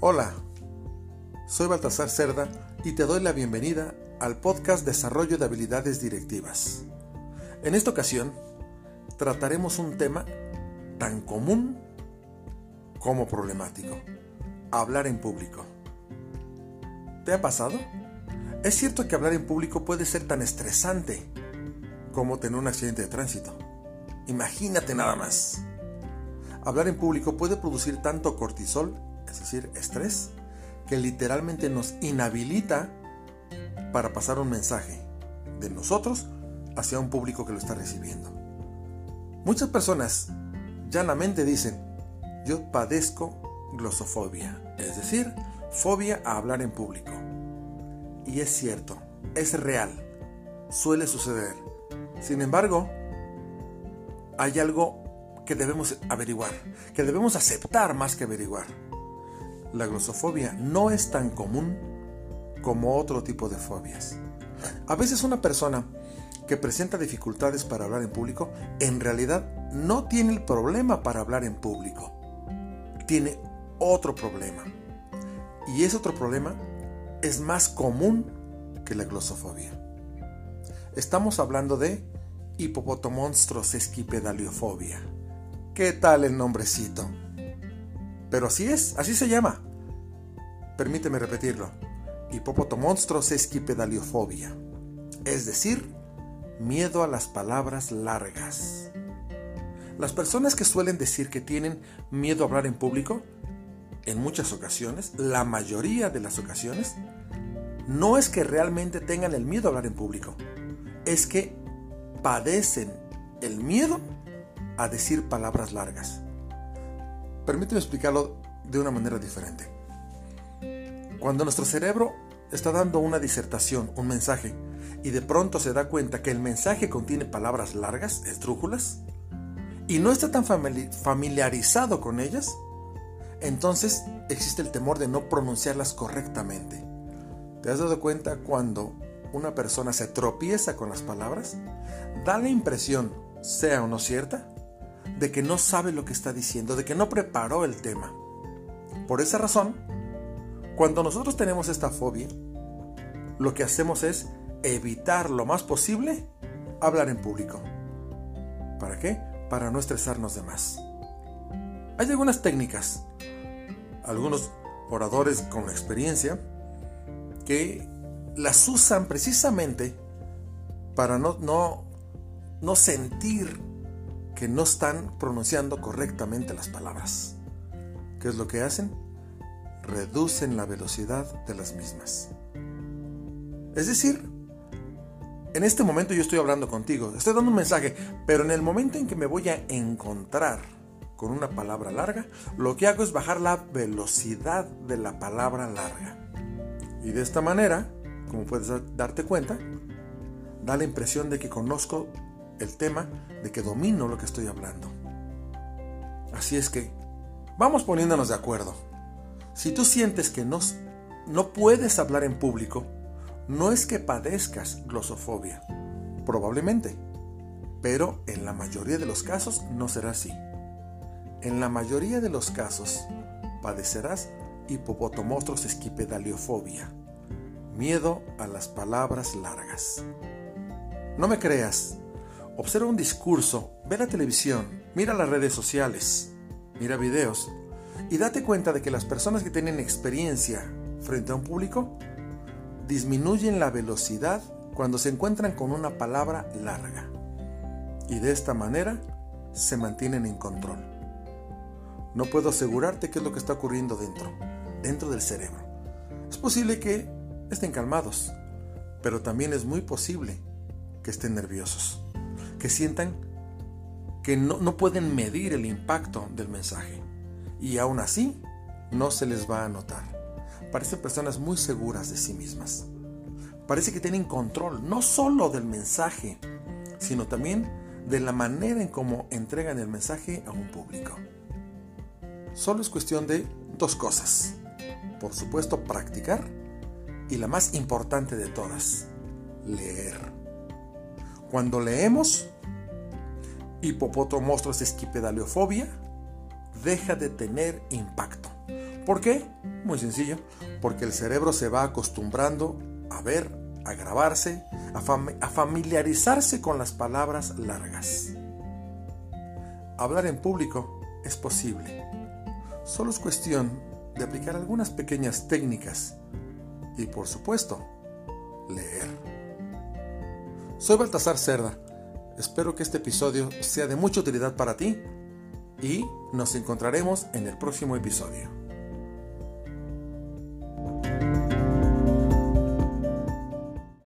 Hola, soy Baltasar Cerda y te doy la bienvenida al podcast Desarrollo de Habilidades Directivas. En esta ocasión, trataremos un tema tan común como problemático: hablar en público. ¿Te ha pasado? Es cierto que hablar en público puede ser tan estresante como tener un accidente de tránsito. Imagínate nada más. Hablar en público puede producir tanto cortisol, es decir, estrés, que literalmente nos inhabilita para pasar un mensaje de nosotros hacia un público que lo está recibiendo. Muchas personas llanamente dicen: yo padezco glosofobia, es decir, fobia a hablar en público. Y es cierto, es real, suele suceder. Sin embargo, hay algo que debemos averiguar, que debemos aceptar más que averiguar. La glosofobia no es tan común como otro tipo de fobias. A veces una persona que presenta dificultades para hablar en público, en realidad no tiene el problema para hablar en público. Tiene otro problema. Y ese otro problema es más común que la glosofobia. Estamos hablando de hipopotomonstrosesquipedaliofobia. ¿Qué tal el nombrecito? Pero así es, así se llama. Permíteme repetirlo: hipopotomonstrosesquipedaliofobia, es decir, miedo a las palabras largas. Las personas que suelen decir que tienen miedo a hablar en público, en muchas ocasiones, la mayoría de las ocasiones, no es que realmente tengan el miedo a hablar en público, es que padecen el miedo a decir palabras largas. Permíteme explicarlo de una manera diferente. Cuando nuestro cerebro está dando una disertación, un mensaje, y de pronto se da cuenta que el mensaje contiene palabras largas, esdrújulas, y no está tan familiarizado con ellas, entonces existe el temor de no pronunciarlas correctamente. ¿Te has dado cuenta cuando una persona se tropieza con las palabras? Da la impresión, sea o no cierta, de que no sabe lo que está diciendo, de que no preparó el tema. Por esa razón, cuando nosotros tenemos esta fobia, lo que hacemos es evitar lo más posible hablar en público. ¿Para qué? Para no estresarnos de más. Hay algunas técnicas, algunos oradores con experiencia, que las usan precisamente para no sentir que no están pronunciando correctamente las palabras. ¿Qué es lo que hacen? Reducen la velocidad de las mismas. Es decir, en este momento yo estoy hablando contigo, estoy dando un mensaje, pero en el momento en que me voy a encontrar con una palabra larga, lo que hago es bajar la velocidad de la palabra larga. Y de esta manera, como puedes darte cuenta, da la impresión de que conozco el tema, de que domino lo que estoy hablando. Así es que vamos poniéndonos de acuerdo. Si tú sientes que no puedes hablar en público, no es que padezcas glosofobia, probablemente, pero en la mayoría de los casos no será así. En la mayoría de los casos padecerás hipopotomonstrosesquipedaliofobia, miedo a las palabras largas. No me creas. Observa un discurso, ve la televisión, mira las redes sociales, mira videos y date cuenta de que las personas que tienen experiencia frente a un público disminuyen la velocidad cuando se encuentran con una palabra larga y de esta manera se mantienen en control. No puedo asegurarte qué es lo que está ocurriendo dentro del cerebro. Es posible que estén calmados, pero también es muy posible que estén nerviosos, que sientan que no pueden medir el impacto del mensaje y aún así no se les va a notar. Parecen personas muy seguras de sí mismas. Parece que tienen control no solo del mensaje, sino también de la manera en cómo entregan el mensaje a un público. Solo es cuestión de dos cosas. Por supuesto, practicar y la más importante de todas, leer. Cuando leemos, hipopotomonstrosesquipedaliofobia deja de tener impacto, ¿Por qué? Muy sencillo, porque el cerebro se va acostumbrando a ver, a grabarse, a familiarizarse con las palabras largas. Hablar en público es posible. Solo es cuestión de aplicar algunas pequeñas técnicas y, por supuesto, leer. Soy Baltasar Cerda. Espero que este episodio sea de mucha utilidad para ti y nos encontraremos en el próximo episodio.